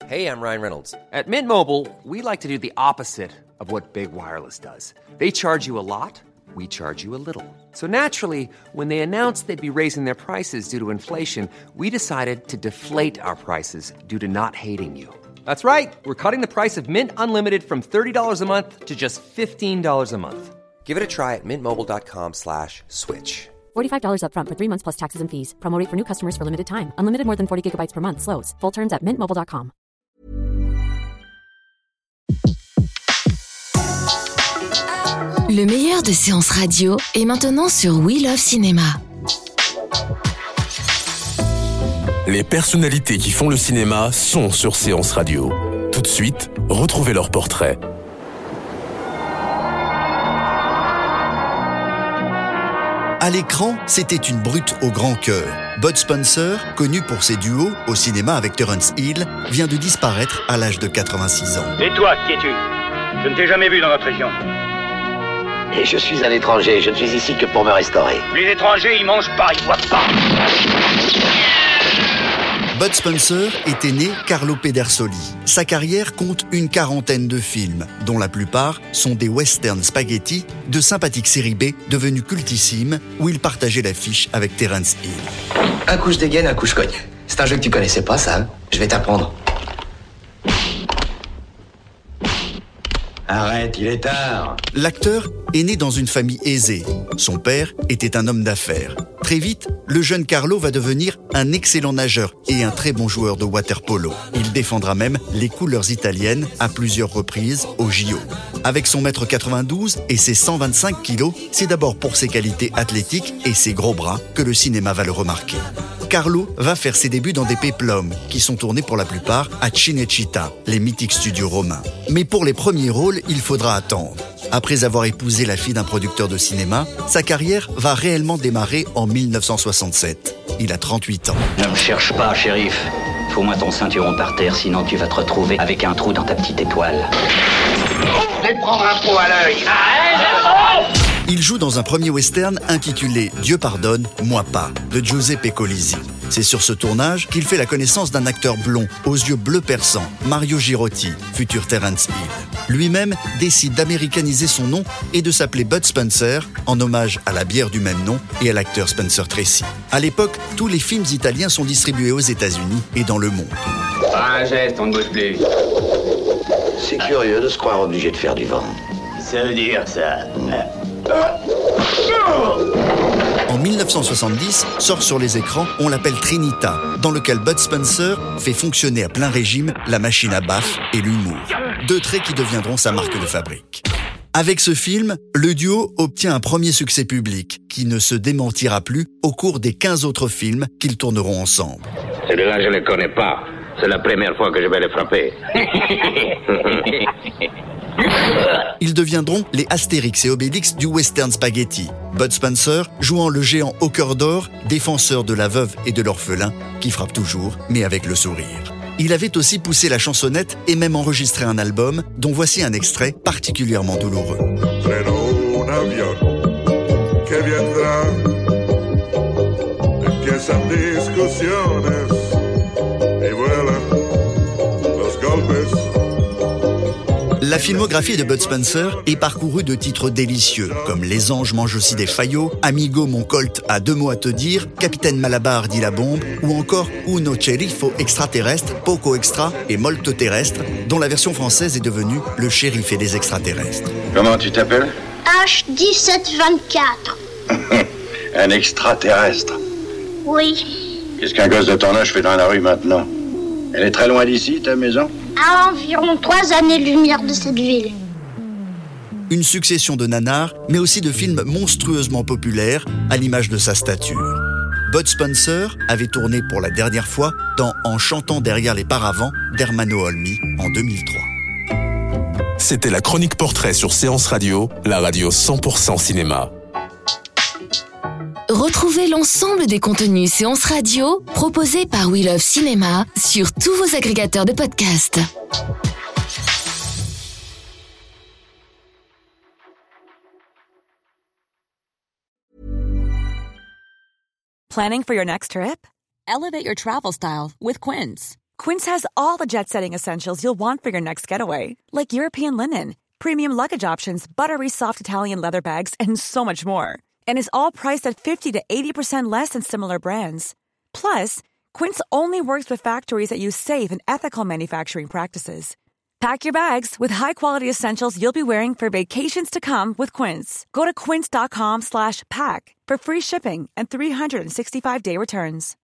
Hey, I'm Ryan Reynolds. At Mint Mobile, we like to do the opposite of what Big Wireless does. They charge you a lot, we charge you a little. So naturally, when they announced they'd be raising their prices due to inflation, we decided to deflate our prices due to not hating you. That's right. We're cutting the price of Mint Unlimited from $30 a month to just $15 a month. Give it a try at mintmobile.com/switch. $45 up front for 3 months plus taxes and fees. Promo rate for new customers for limited time. Unlimited more than 40 gigabytes per month. Slows full terms at mintmobile.com. Le meilleur de séances radio est maintenant sur We Love Cinéma. Les personnalités qui font le cinéma sont sur Séance Radio. Tout de suite, retrouvez leur portrait. À l'écran, c'était une brute au grand cœur. Bud Spencer, connu pour ses duos au cinéma avec Terence Hill, vient de disparaître à l'âge de 86 ans. Et toi, qui es-tu ? Je ne t'ai jamais vu dans notre région. Et je suis un étranger, je ne suis ici que pour me restaurer. Les étrangers, ils mangent pas, ils boivent pas. Bud Spencer était né Carlo Pedersoli. Sa carrière compte une quarantaine de films, dont la plupart sont des westerns spaghetti de sympathiques série B devenus cultissimes, où il partageait l'affiche avec Terence Hill. Un coup je dégaine, un coup je cogne. C'est un jeu que tu connaissais pas, ça, hein ? Je vais t'apprendre. Arrête, il est tard. L'acteur est né dans une famille aisée. Son père était un homme d'affaires. Très vite, le jeune Carlo va devenir un excellent nageur et un très bon joueur de water-polo. Il défendra même les couleurs italiennes à plusieurs reprises au JO. Avec son 1m92 et ses 125 kilos, c'est d'abord pour ses qualités athlétiques et ses gros bras que le cinéma va le remarquer. Carlo va faire ses débuts dans des péplums qui sont tournés pour la plupart à Cinecittà, les mythiques studios romains. Mais pour les premiers rôles, il faudra attendre. Après avoir épousé la fille d'un producteur de cinéma, sa carrière va réellement démarrer en 1967. Il a 38 ans. Ne me cherche pas, shérif. Fous-moi ton ceinturon par terre, sinon tu vas te retrouver avec un trou dans ta petite étoile. Je vais te prendre un pot à l'œil. Il joue dans un premier western intitulé « Dieu pardonne, moi pas » de Giuseppe Colisi. C'est sur ce tournage qu'il fait la connaissance d'un acteur blond, aux yeux bleus perçants, Mario Girotti, futur Terence Hill. Lui-même décide d'américaniser son nom et de s'appeler Bud Spencer, en hommage à la bière du même nom et à l'acteur Spencer Tracy. À l'époque, tous les films italiens sont distribués aux États-Unis et dans le monde. Pas un geste, on ne bouge plus. C'est curieux de se croire obligé de faire du vent. Ça veut dire ça. En 1970, sort sur les écrans On l'appelle Trinita, dans lequel Bud Spencer fait fonctionner à plein régime la machine à baffe et l'humour. Deux traits qui deviendront sa marque de fabrique. Avec ce film, le duo obtient un premier succès public qui ne se démentira plus au cours des 15 autres films qu'ils tourneront ensemble. Celui-là, je ne le connais pas. C'est la première fois que je vais le frapper. Ils deviendront les Astérix et Obélix du western spaghetti. Bud Spencer jouant le géant au cœur d'or, défenseur de la veuve et de l'orphelin, qui frappe toujours, mais avec le sourire. Il avait aussi poussé la chansonnette et même enregistré un album, dont voici un extrait particulièrement douloureux. La filmographie de Bud Spencer est parcourue de titres délicieux, comme Les anges mangent aussi des faillots, Amigo mon Colt a 2 mots à te dire, Capitaine Malabar dit la bombe, ou encore Uno Cerifo extraterrestre, Poco extra et Molto terrestre, dont la version française est devenue Le shérif et les extraterrestres. Comment tu t'appelles ? H1724. Un extraterrestre. Oui. Qu'est-ce qu'un gosse de ton âge fait dans la rue maintenant ? Elle est très loin d'ici, ta maison ? À environ 3 années-lumière de cette ville. Une succession de nanars, mais aussi de films monstrueusement populaires, à l'image de sa stature. Bud Spencer avait tourné pour la dernière fois dans En chantant derrière les paravents d'Ermanno Olmi en 2003. C'était la chronique portrait sur Séance Radio, la radio 100% cinéma. Retrouvez l'ensemble des contenus séances radio proposés par We Love Cinéma sur tous vos agrégateurs de podcasts. Planning for your next trip? Elevate your travel style with Quince. Quince has all the jet-setting essentials you'll want for your next getaway, like European linen, premium luggage options, buttery soft Italian leather bags, and so much more. And is all priced at 50 to 80% less than similar brands. Plus, Quince only works with factories that use safe and ethical manufacturing practices. Pack your bags with high-quality essentials you'll be wearing for vacations to come with Quince. Go to quince.com/pack for free shipping and 365-day returns.